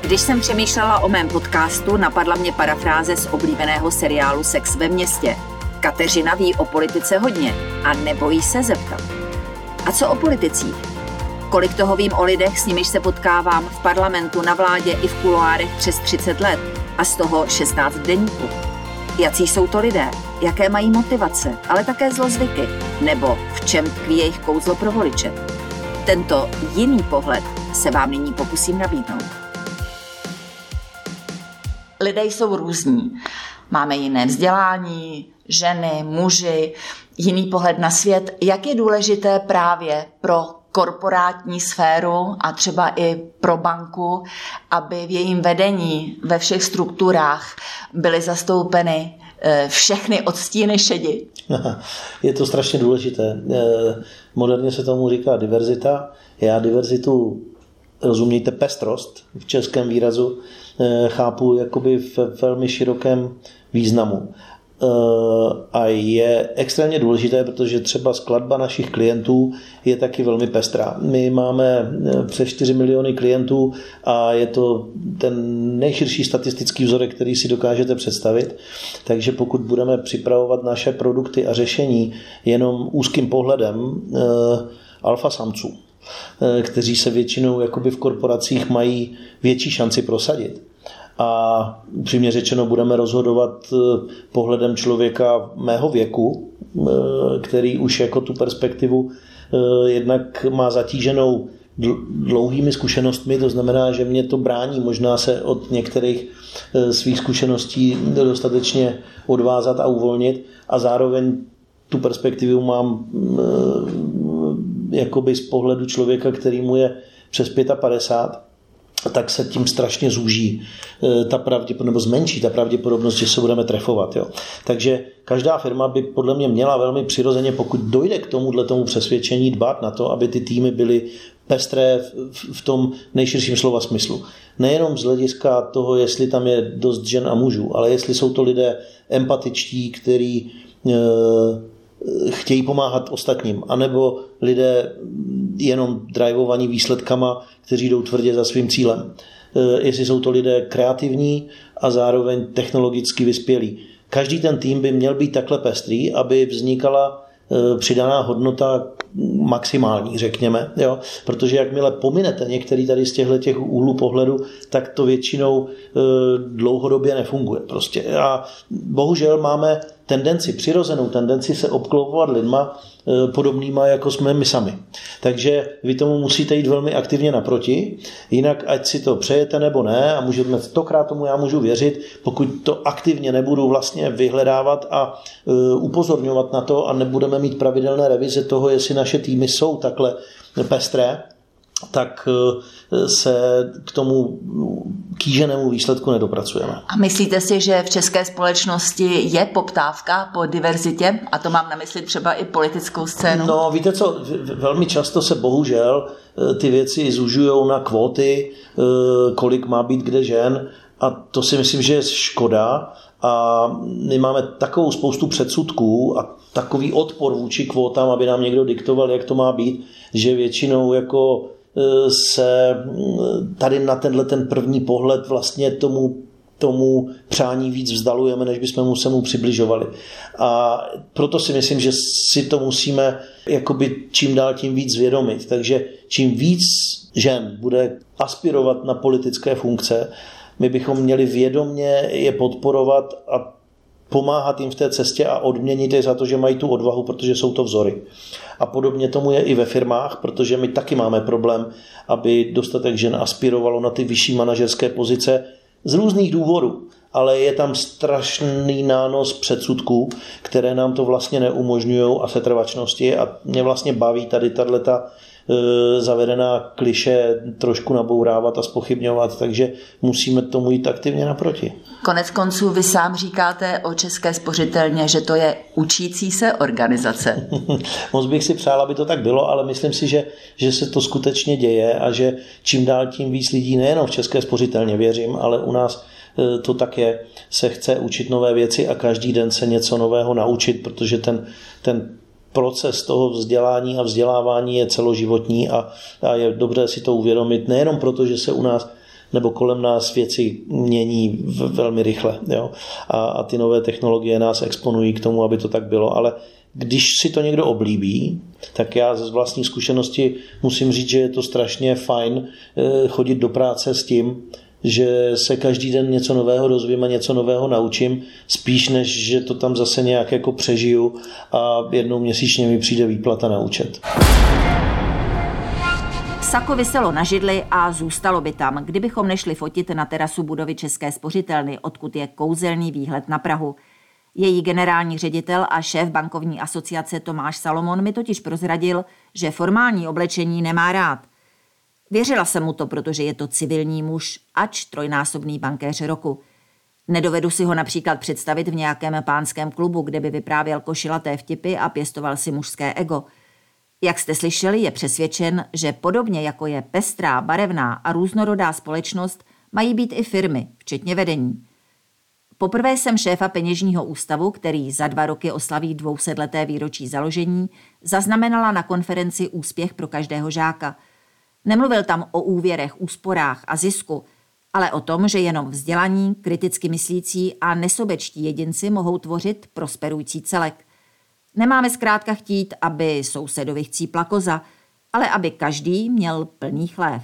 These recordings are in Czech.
Když jsem přemýšlela o mém podcastu, napadla mě parafráze z oblíbeného seriálu Sex ve městě. Kateřina ví o politice hodně a nebojí se zeptat. A co o politicích? Kolik toho vím o lidech, s nimiž se potkávám v parlamentu, na vládě i v kuloárech přes 30 let a z toho 16 v deníku. Jací jsou to lidé, jaké mají motivace, ale také zlozvyky, nebo v čem tkví jejich kouzlo pro voliče. Tento jiný pohled se vám nyní pokusím nabídnout. Lidé jsou různí. Máme jiné vzdělání, ženy, muži, jiný pohled na svět. Jak je důležité právě pro korporátní sféru a třeba i pro banku, aby v jejím vedení ve všech strukturách byly zastoupeny všechny odstíny šedi? Je to strašně důležité. Moderně se tomu říká diverzita. Já diverzitu, rozumějte pestrost v českém výrazu, chápu jakoby v velmi širokém významu. A je extrémně důležité, protože třeba skladba našich klientů je taky velmi pestrá. My máme přes 4 miliony klientů a je to ten nejširší statistický vzorek, který si dokážete představit. Takže pokud budeme připravovat naše produkty a řešení jenom úzkým pohledem alfa samců, kteří se většinou jakoby v korporacích mají větší šanci prosadit, a přímě řečeno budeme rozhodovat pohledem člověka mého věku, který už jako tu perspektivu jednak má zatíženou dlouhými zkušenostmi, to znamená, že mě to brání možná se od některých svých zkušeností dostatečně odvázat a uvolnit, a zároveň tu perspektivu mám jakoby z pohledu člověka, který mu je přes 55, tak se tím strašně zúží ta pravděpodobnost, nebo zmenší ta pravděpodobnost, že se budeme trefovat. Jo. Takže každá firma by podle mě měla velmi přirozeně, pokud dojde k tomu přesvědčení, dbát na to, aby ty týmy byly pestré v tom nejširším slova smyslu. Nejenom z hlediska toho, jestli tam je dost žen a mužů, ale jestli jsou to lidé empatičtí, kteří chtějí pomáhat ostatním, anebo lidé jenom drivovaní výsledkama, kteří jdou tvrdě za svým cílem. Jestli jsou to lidé kreativní a zároveň technologicky vyspělí. Každý ten tým by měl být takhle pestrý, aby vznikala přidaná hodnota maximální, řekněme. Jo? Protože jakmile pominete některý tady z těch úhlů pohledu, tak to většinou dlouhodobě nefunguje. Prostě. A bohužel máme přirozenou tendenci se obklopovat lidma podobnýma, jako jsme my sami. Takže vy tomu musíte jít velmi aktivně naproti, jinak ať si to přejete nebo ne, a můžeme stokrát tomu já můžu věřit, pokud to aktivně nebudu vlastně vyhledávat a upozorňovat na to a nebudeme mít pravidelné revize toho, jestli naše týmy jsou takhle pestré, tak se k tomu kýženému výsledku nedopracujeme. A myslíte si, že v české společnosti je poptávka po diverzitě? A to mám na mysli třeba i politickou scénu. No, víte co, velmi často se bohužel ty věci zužujou na kvóty, kolik má být kde žen, a to si myslím, že je škoda. A my máme takovou spoustu předsudků a takový odpor vůči kvótám, aby nám někdo diktoval, jak to má být, že většinou jako se tady na ten první pohled vlastně tomu přání víc vzdalujeme, než bychom se mu přibližovali. A proto si myslím, že si to musíme jakoby čím dál tím víc zvědomit. Takže čím víc žen bude aspirovat na politické funkce, my bychom měli vědomě je podporovat a pomáhat jim v té cestě a odměnit je za to, že mají tu odvahu, protože jsou to vzory. A podobně tomu je i ve firmách, protože my taky máme problém, aby dostatek žen aspirovalo na ty vyšší manažerské pozice z různých důvodů. Ale je tam strašný nános předsudků, které nám to vlastně neumožňují, a setrvačnosti, a mě vlastně baví tady tato zavedená kliše trošku nabourávat a zpochybňovat, takže musíme tomu jít aktivně naproti. Konec konců vy sám říkáte o České spořitelně, že to je učící se organizace. Moc bych si přál, aby to tak bylo, ale myslím si, že se to skutečně děje a že čím dál tím víc lidí, nejenom v České spořitelně, věřím, ale u nás to tak je, se chce učit nové věci a každý den se něco nového naučit, protože ten proces toho vzdělání a vzdělávání je celoživotní a je dobře si to uvědomit, nejenom proto, že se u nás nebo kolem nás věci mění velmi rychle. Jo? A ty nové technologie nás exponují k tomu, aby to tak bylo, ale když si to někdo oblíbí, tak já z vlastní zkušenosti musím říct, že je to strašně fajn chodit do práce s tím, že se každý den něco nového dozvím a něco nového naučím, spíš než že to tam zase nějak jako přežiju a jednou měsíčně mi přijde výplata na účet. Sako viselo na židli a zůstalo by tam, kdybychom nešli fotit na terasu budovy České spořitelny, odkud je kouzelný výhled na Prahu. Její generální ředitel a šéf bankovní asociace Tomáš Salomon mi totiž prozradil, že formální oblečení nemá rád. Věřila jsem mu to, protože je to civilní muž, ač trojnásobný bankéř roku. Nedovedu si ho například představit v nějakém pánském klubu, kde by vyprávěl košilaté vtipy a pěstoval si mužské ego. Jak jste slyšeli, je přesvědčen, že podobně jako je pestrá, barevná a různorodá společnost, mají být i firmy, včetně vedení. Poprvé jsem šéfa peněžního ústavu, který za 2 roky oslaví 200leté výročí založení, zaznamenala na konferenci Úspěch pro každého žáka. Nemluvil tam o úvěrech, úsporách a zisku, ale o tom, že jenom vzdělaní, kriticky myslící a nesobečtí jedinci mohou tvořit prosperující celek. Nemáme zkrátka chtít, aby sousedovi chcípla koza, ale aby každý měl plný chlév.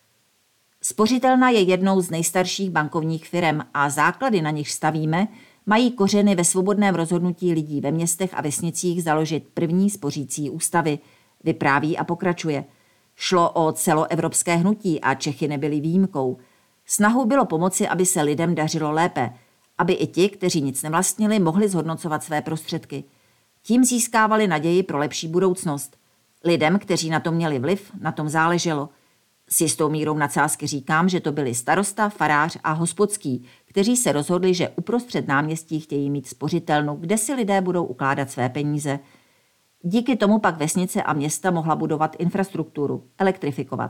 Spořitelna je jednou z nejstarších bankovních firem a základy, na nich stavíme, mají kořeny ve svobodném rozhodnutí lidí ve městech a vesnicích založit první spořící ústavy, vypráví a pokračuje. Šlo o celoevropské hnutí a Čechy nebyli výjimkou. Snahou bylo pomoci, aby se lidem dařilo lépe, aby i ti, kteří nic nevlastnili, mohli zhodnocovat své prostředky. Tím získávali naději pro lepší budoucnost. Lidem, kteří na to měli vliv, na tom záleželo. S jistou mírou nadsázky říkám, že to byli starosta, farář a hospodský, kteří se rozhodli, že uprostřed náměstí chtějí mít spořitelnu, kde si lidé budou ukládat své peníze. Díky tomu pak vesnice a města mohla budovat infrastrukturu, elektrifikovat.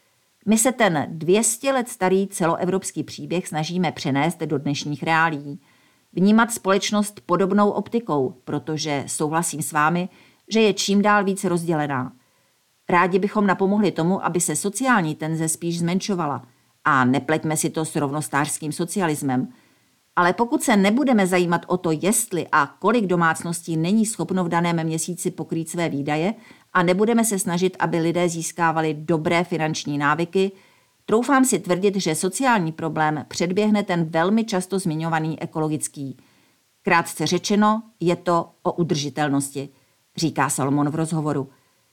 My se ten 200 let starý celoevropský příběh snažíme přenést do dnešních reálií. Vnímat společnost podobnou optikou, protože souhlasím s vámi, že je čím dál víc rozdělená. Rádi bychom napomohli tomu, aby se sociální tenze spíš zmenšovala. A nepleťme si to s rovnostářským socialismem. Ale pokud se nebudeme zajímat o to, jestli a kolik domácností není schopno v daném měsíci pokrýt své výdaje a nebudeme se snažit, aby lidé získávali dobré finanční návyky, troufám si tvrdit, že sociální problém předběhne ten velmi často zmiňovaný ekologický. Krátce řečeno, je to o udržitelnosti, říká Salomon v rozhovoru.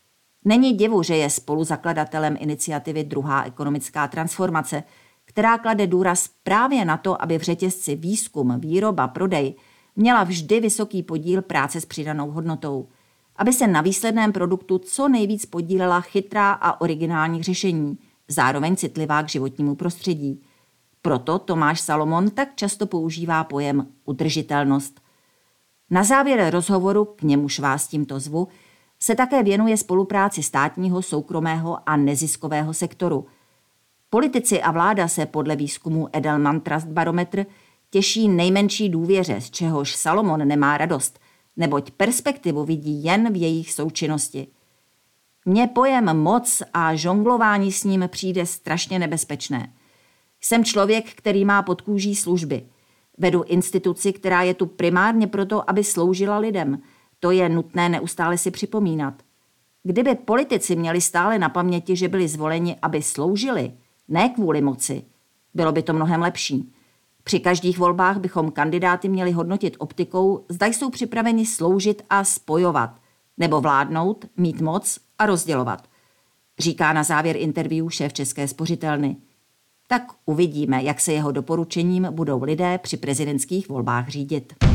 Není divu, že je spoluzakladatelem iniciativy Druhá ekonomická transformace, která klade důraz právě na to, aby v řetězci výzkum, výroba, prodej měla vždy vysoký podíl práce s přidanou hodnotou, aby se na výsledném produktu co nejvíc podílela chytrá a originální řešení, zároveň citlivá k životnímu prostředí. Proto Tomáš Salomon tak často používá pojem udržitelnost. Na závěr rozhovoru, k němuž vás tímto zvu, se také věnuje spolupráci státního, soukromého a neziskového sektoru. Politici a vláda se podle výzkumu Edelman Trust Barometr těší nejmenší důvěře, z čehož Salomon nemá radost, neboť perspektivu vidí jen v jejich součinnosti. Mně pojem moc a žonglování s ním přijde strašně nebezpečné. Jsem člověk, který má pod kůží služby. Vedu instituci, která je tu primárně proto, aby sloužila lidem. To je nutné neustále si připomínat. Kdyby politici měli stále na paměti, že byli zvoleni, aby sloužili, ne kvůli moci, bylo by to mnohem lepší. Při každých volbách bychom kandidáty měli hodnotit optikou, zda jsou připraveni sloužit a spojovat, nebo vládnout, mít moc a rozdělovat, říká na závěr interview šéf České spořitelny. Tak uvidíme, jak se jeho doporučením budou lidé při prezidentských volbách řídit.